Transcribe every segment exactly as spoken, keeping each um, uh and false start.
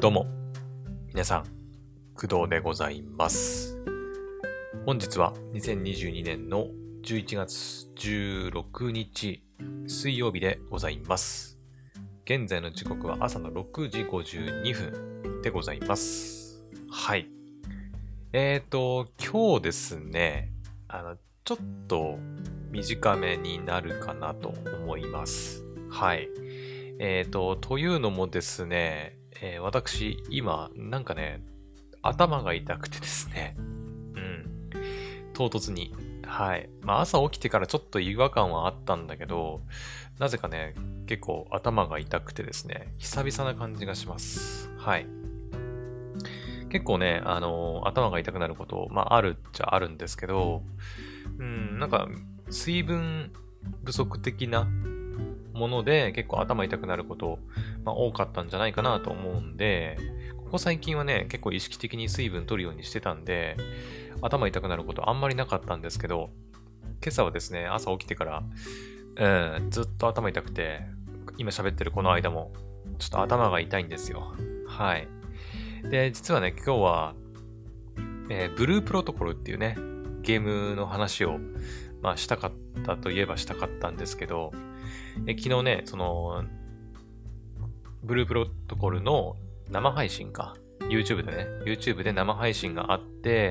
どうも、皆さん、工藤でございます。本日はにせんにじゅうにねんのじゅういちがつじゅうろくにち水曜日でございます。現在の時刻は朝のろくじごじゅうにふんでございます。はい。えーと、今日ですね、あの、ちょっと短めになるかなと思います。はい。えーと、というのもですね、えー私、今、なんかね、頭が痛くてですね、うん、唐突に。はい。まあ、朝起きてからちょっと違和感はあったんだけど、なぜかね、結構頭が痛くてですね、久々な感じがします。はい。結構ね、あのー頭が痛くなること、まあ、あるっちゃあるんですけど、うん、なんか、水分不足的なもので結構頭痛くなること、まあ、多かったんじゃないかなと思うんで、ここ最近はね、結構意識的に水分取るようにしてたんで、頭痛くなることあんまりなかったんですけど、今朝はですね、朝起きてから、うん、ずっと頭痛くて、今喋ってるこの間も、ちょっと頭が痛いんですよ。はい。で、実はね、今日は、えーブループロトコルっていうね、ゲームの話を、まあ、したかったといえばしたかったんですけど、え昨日ね、その、ブループロトコルの生配信か。YouTube でね、YouTube で生配信があって、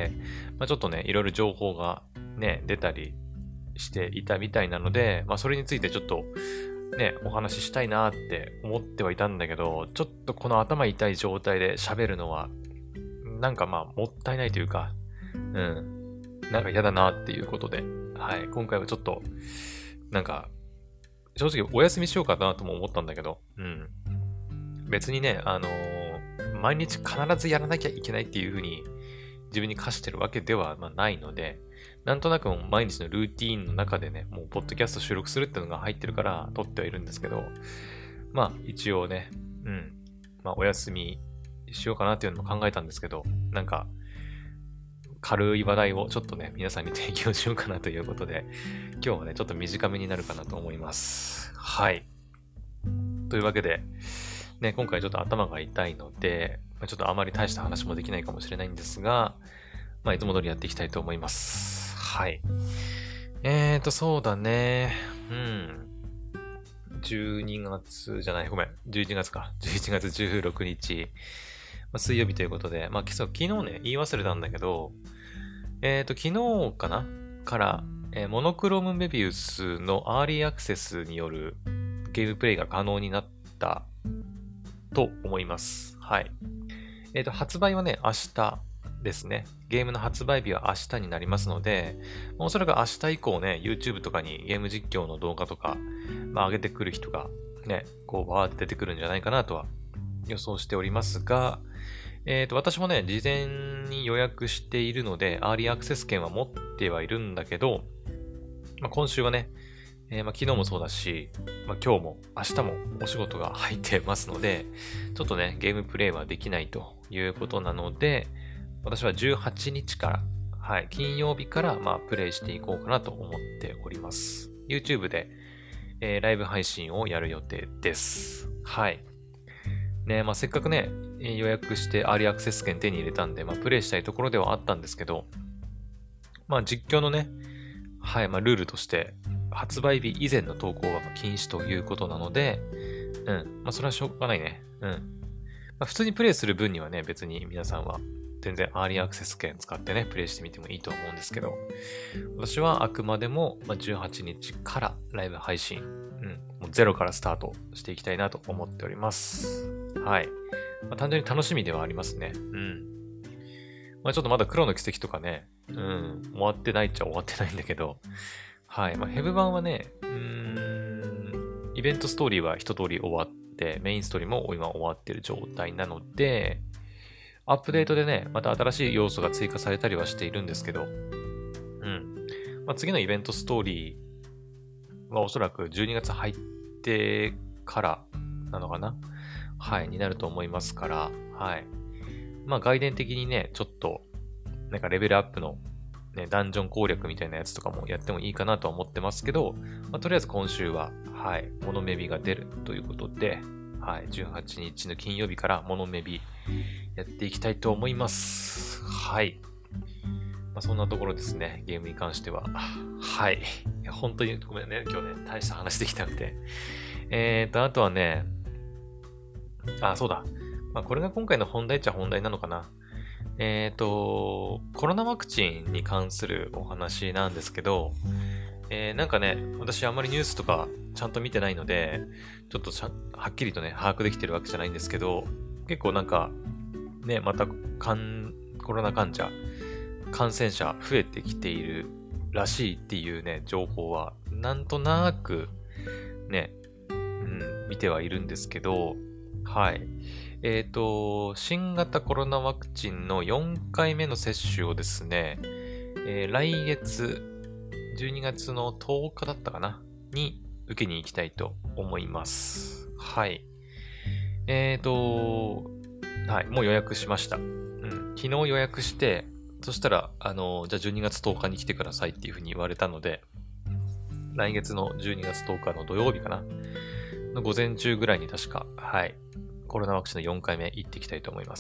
まあ、ちょっとね、いろいろ情報がね、出たりしていたみたいなので、まあ、それについてちょっとね、お話ししたいなって思ってはいたんだけど、ちょっとこの頭痛い状態で喋るのは、なんかまあ、もったいないというか、うん、なんか嫌だなっていうことで、はい、今回はちょっと、なんか、正直お休みしようかなとも思ったんだけど、うん。別にね、あのー毎日必ずやらなきゃいけないっていう風に自分に課してるわけでは、まあ、ないので、なんとなくもう毎日のルーティーンの中でね、もうポッドキャスト収録するっていうのが入ってるから撮ってはいるんですけど、まあ一応ね、うん、まあお休みしようかなっていうのも考えたんですけど、なんか軽い話題をちょっとね、皆さんに提供しようかなということで、今日はね、ちょっと短めになるかなと思います。はい。というわけで、ね、今回ちょっと頭が痛いので、まあちょっとあまり大した話もできないかもしれないんですが、まあ、いつも通りやっていきたいと思います。はい。えーと、そうだね。うん。じゅうにがつじゃない、ごめん。じゅういちがつか。じゅういちがつじゅうろくにち、まあ、水曜日ということで、まあ、昨日ね、言い忘れたんだけど、えーと、昨日かなから、えーモノクロームメビウスのアーリーアクセスによるゲームプレイが可能になったと思います。はい。えっと、発売はね、明日ですね。ゲームの発売日は明日になりますので、おそらく明日以降ね、YouTube とかにゲーム実況の動画とか、まあ、上げてくる人がね、こう、バーって出てくるんじゃないかなとは予想しておりますが、えっと、私もね、事前に予約しているので、アーリーアクセス券は持ってはいるんだけど、まあ、今週はね、えーまあ、昨日もそうだし、まあ、今日も明日もお仕事が入ってますので、ちょっとね、ゲームプレイはできないということなので、私はじゅうはちにちから、はい、金曜日から、まあ、プレイしていこうかなと思っております。YouTube で、えーライブ配信をやる予定です。はい。ね、まあ、せっかくね、えー予約してアーリーアクセス券手に入れたんで、まあ、プレイしたいところではあったんですけど、まあ、実況のね、はい、まあ、ルールとして、発売日以前の投稿はまあ禁止ということなので、うん。まあ、それはしょうがないね。うん。まあ、普通にプレイする分にはね、別に皆さんは全然アーリーアクセス券使ってね、プレイしてみてもいいと思うんですけど、私はあくまでもまあじゅうはちにちからライブ配信、うん、もうゼロからスタートしていきたいなと思っております。はい。まあ、単純に楽しみではありますね。うん。まあ、ちょっとまだ黒の奇跡とかね、うん、終わってないっちゃ終わってないんだけど、はい。まあ、ヘブ版はね、うーん、イベントストーリーは一通り終わって、メインストーリーも今終わってる状態なので、アップデートでね、また新しい要素が追加されたりはしているんですけど、うん。まあ、次のイベントストーリーはおそらくじゅうにがつ入ってからなのかなはい、になると思いますから、はい。まあ、外伝的にね、ちょっと、なんかレベルアップのね、ダンジョン攻略みたいなやつとかもやってもいいかなとは思ってますけど、まあ、とりあえず今週は、はい、モノメビが出るということで、 はい、じゅうはちにちの金曜日からモノメビやっていきたいと思います。はい。まあ、そんなところですね、ゲームに関しては。はい。いや本当にごめんね、今日ね、大した話できなくて。えーと、あとはね、あ、そうだ。まあ、これが今回の本題っちゃ本題なのかな。えーと、コロナワクチンに関するお話なんですけど、えーなんかね、私あんまりニュースとかちゃんと見てないので、ちょっとちゃんはっきりとね、把握できてるわけじゃないんですけど、結構なんか、ね、またかんコロナ患者、感染者増えてきているらしいっていうね、情報は、なんとなく、ね、うん、見てはいるんですけど、はい。えっと、新型コロナワクチンのよんかいめの接種をですね、えー来月、じゅうにがつのとおかだったかなに受けに行きたいと思います。はい。えっと、はい、もう予約しました。うん、昨日予約して、そしたら、あの、じゃあじゅうにがつとおかに来てくださいっていうふうに言われたので、来月のじゅうにがつとおかの土曜日かなの午前中ぐらいに確か、はい、コロナワクチンのよんかいめ行ってきたいと思います。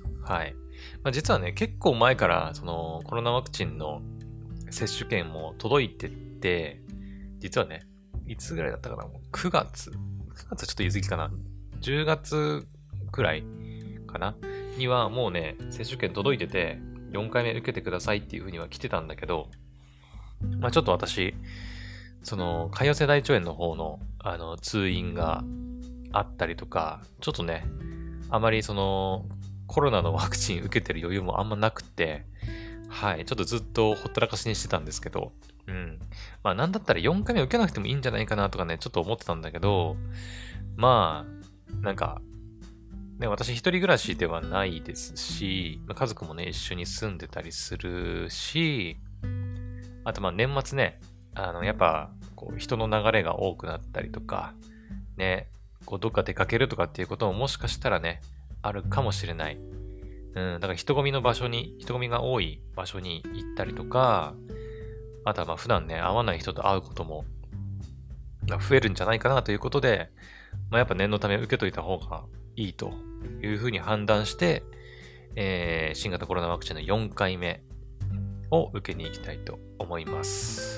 はい。まあ、実はね、結構前から、その、コロナワクチンの接種券も届いてて、実はね、いつぐらいだったかなもうくがつ ?く 月はちょっと言い過ぎかな ?じゅう 月くらいかなにはもうね、接種券届いてて、よんかいめ受けてくださいっていう風には来てたんだけど、まあちょっと私、その、潰瘍性大腸炎の方の、あの、通院があったりとか、ちょっとね、あまりその、コロナのワクチン受けてる余裕もあんまなくて、はい、ちょっとずっとほったらかしにしてたんですけど、うん。まあなんだったらよんかいめ受けなくてもいいんじゃないかなとかね、ちょっと思ってたんだけど、まあ、なんか、ね、私一人暮らしではないですし、まあ家族もね、一緒に住んでたりするし、あとまあ年末ね、あの、やっぱ、こう、人の流れが多くなったりとか、ね、こう、どっか出かけるとかっていうことももしかしたらね、あるかもしれない。うん、だから人混みの場所に、人混みが多い場所に行ったりとか、あとはまあ普段ね、会わない人と会うこともまあ増えるんじゃないかなということで、まあやっぱ念のため受けといた方がいいというふうに判断して、えー新型コロナワクチンのよんかいめを受けに行きたいと思います。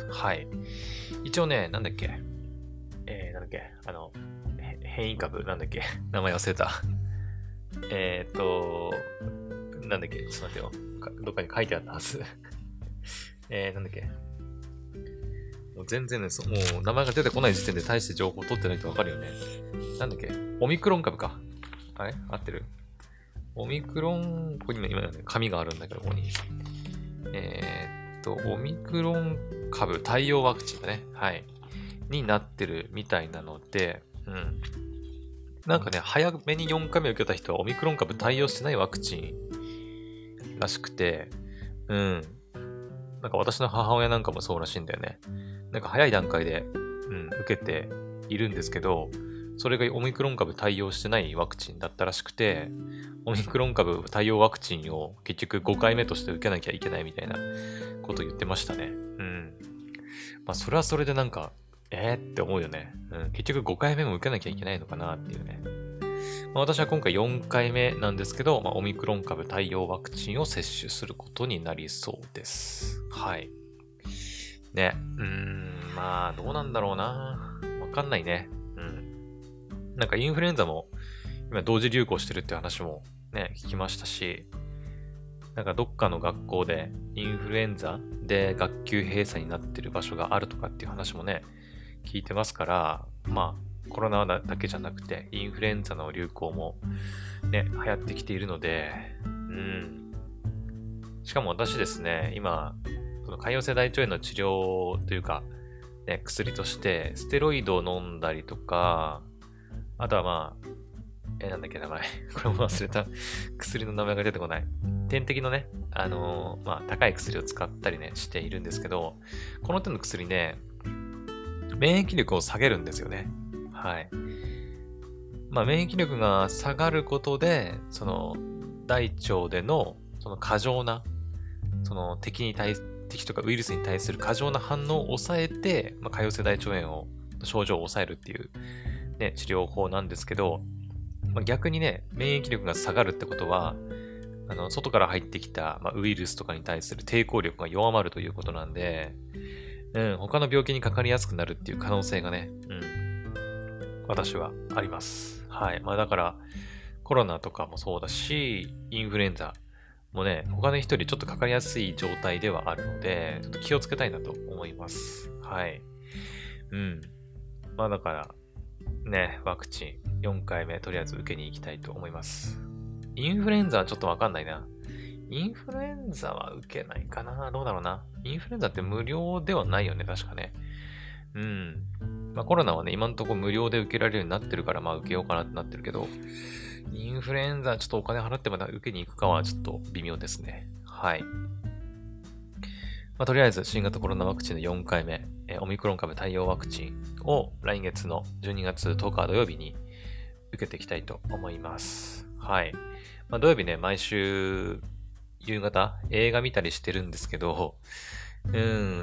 はい。一応ね、なんだっけ、えー、なんだっけ、あの、へ変異株、なんだっけ、名前忘れた。えーっと、なんだっけ、ちょっと待ってよ。かどっかに書いてあったはず。えー、なんだっけ。もう全然ね、そもう名前が出てこない時点で大して情報を取ってないとわかるよね。なんだっけ、オミクロン株か。あれ合ってる？オミクロン、ここに今、今ね、紙があるんだけど、ここに。えーっと、オミクロン株対応ワクチンだね。はい。になってるみたいなので、うん。なんかね、早めによんかいめ受けた人はオミクロン株対応してないワクチンらしくて、うん。なんか私の母親なんかもそうらしいんだよね。なんか早い段階で、うん、受けているんですけど、それがオミクロン株対応してないワクチンだったらしくて、オミクロン株対応ワクチンを結局ごかいめとして受けなきゃいけないみたいなことを言ってましたね。うん。まあそれはそれでなんか、えーって思うよね。うん。結局ごかいめも受けなきゃいけないのかなっていうね。まあ、私は今回よんかいめなんですけど、まあ、オミクロン株対応ワクチンを接種することになりそうです。はい。ね。うーん、まあ、どうなんだろうな。わかんないね。うん。なんかインフルエンザも今同時流行してるって話もね、聞きましたし、なんかどっかの学校でインフルエンザで学級閉鎖になってる場所があるとかっていう話もね、聞いてますから、まあ、コロナだけじゃなくて、インフルエンザの流行もね、流行ってきているので、うん。しかも私ですね、今、その潰瘍性大腸炎の治療というか、ね、薬として、ステロイドを飲んだりとか、あとはまあ、えーなんだっけ名前。これも忘れた。薬の名前が出てこない。点滴のね、あのーまあ、高い薬を使ったりね、しているんですけど、この手の薬ね、免疫力を下げるんですよね。はい。まあ、免疫力が下がることで、その、大腸での、その過剰な、その敵に対、敵とかウイルスに対する過剰な反応を抑えて、まあ、潰瘍性大腸炎を、症状を抑えるっていう、ね、治療法なんですけど、 まあ、逆にね、免疫力が下がるってことは、あの、外から入ってきた、まあ、ウイルスとかに対する抵抗力が弱まるということなんで、うん、他の病気にかかりやすくなるっていう可能性がね、うん、私はあります。はい。まあだから、コロナとかもそうだし、インフルエンザもね、他の人よりちょっとかかりやすい状態ではあるので、ちょっと気をつけたいなと思います。はい。うん。まあだから、ね、ワクチンよんかいめとりあえず受けに行きたいと思います。インフルエンザはちょっとわかんないな。インフルエンザは受けないかな。どうだろうな。インフルエンザって無料ではないよね、確かね。うん。まあコロナはね、今のところ無料で受けられるようになってるから、まあ受けようかなってなってるけど、インフルエンザちょっとお金払ってまた受けに行くかはちょっと微妙ですね。はい。まあ、とりあえず新型コロナワクチンのよんかいめ、えーオミクロン株対応ワクチンを来月のじゅうにがつとおか土曜日に受けていきたいと思います。はい。まあ、土曜日ね、毎週夕方映画見たりしてるんですけど、うん、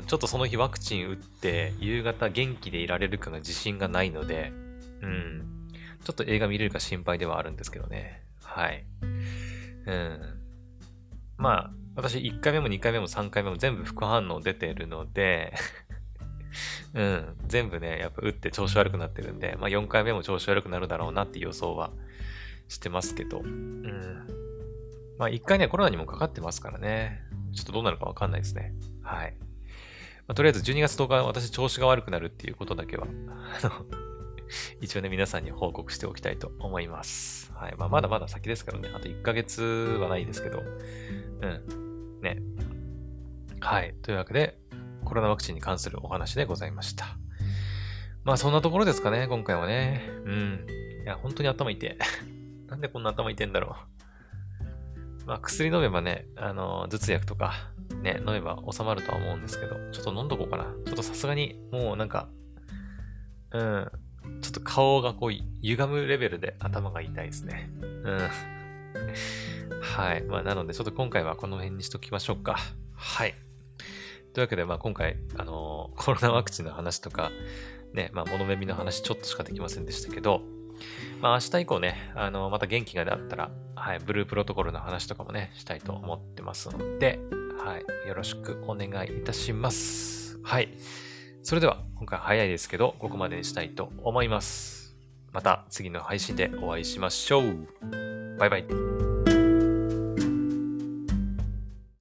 ちょっとその日ワクチン打って夕方元気でいられるかが自信がないので、うん、ちょっと映画見れるか心配ではあるんですけどね。はい。うん。まあ、私いっかいめもにかいめもさんかいめも全部副反応出てるので、うん、全部ね、やっぱ打って調子悪くなってるんで、まあよんかいめも調子悪くなるだろうなっていう予想はしてますけど、うん。まあいっかいね、コロナにもかかってますからね。ちょっとどうなるかわかんないですね。はい。まあ、とりあえずじゅうにがつとおか私調子が悪くなるっていうことだけは、あの、一応ね、皆さんに報告しておきたいと思います。はい。まあまだまだ先ですからね。あといっかげつはないですけど、うん。ね。はい。というわけで、コロナワクチンに関するお話でございました。まあそんなところですかね、今回はね。うん。いや、本当に頭痛い。なんでこんな頭痛いんだろう。まあ薬飲めばね、あの、頭痛薬とか、ね、飲めば収まるとは思うんですけど、ちょっと飲んどこうかな。ちょっとさすがに、もうなんか、うん。ちょっと顔がこう、歪むレベルで頭が痛いですね。うん。はい。まあなので、ちょっと今回はこの辺にしときましょうか。はい。というわけで、まあ今回、あのーコロナワクチンの話とか、ね、まあ物耳の話ちょっとしかできませんでしたけど、まあ明日以降ね、あのーまた元気があったら、はい、ブループロトコルの話とかもね、したいと思ってますので、はい、よろしくお願いいたします。はい。それでは、今回早いですけど、ここまでにしたいと思います。また次の配信でお会いしましょう。バイバイ。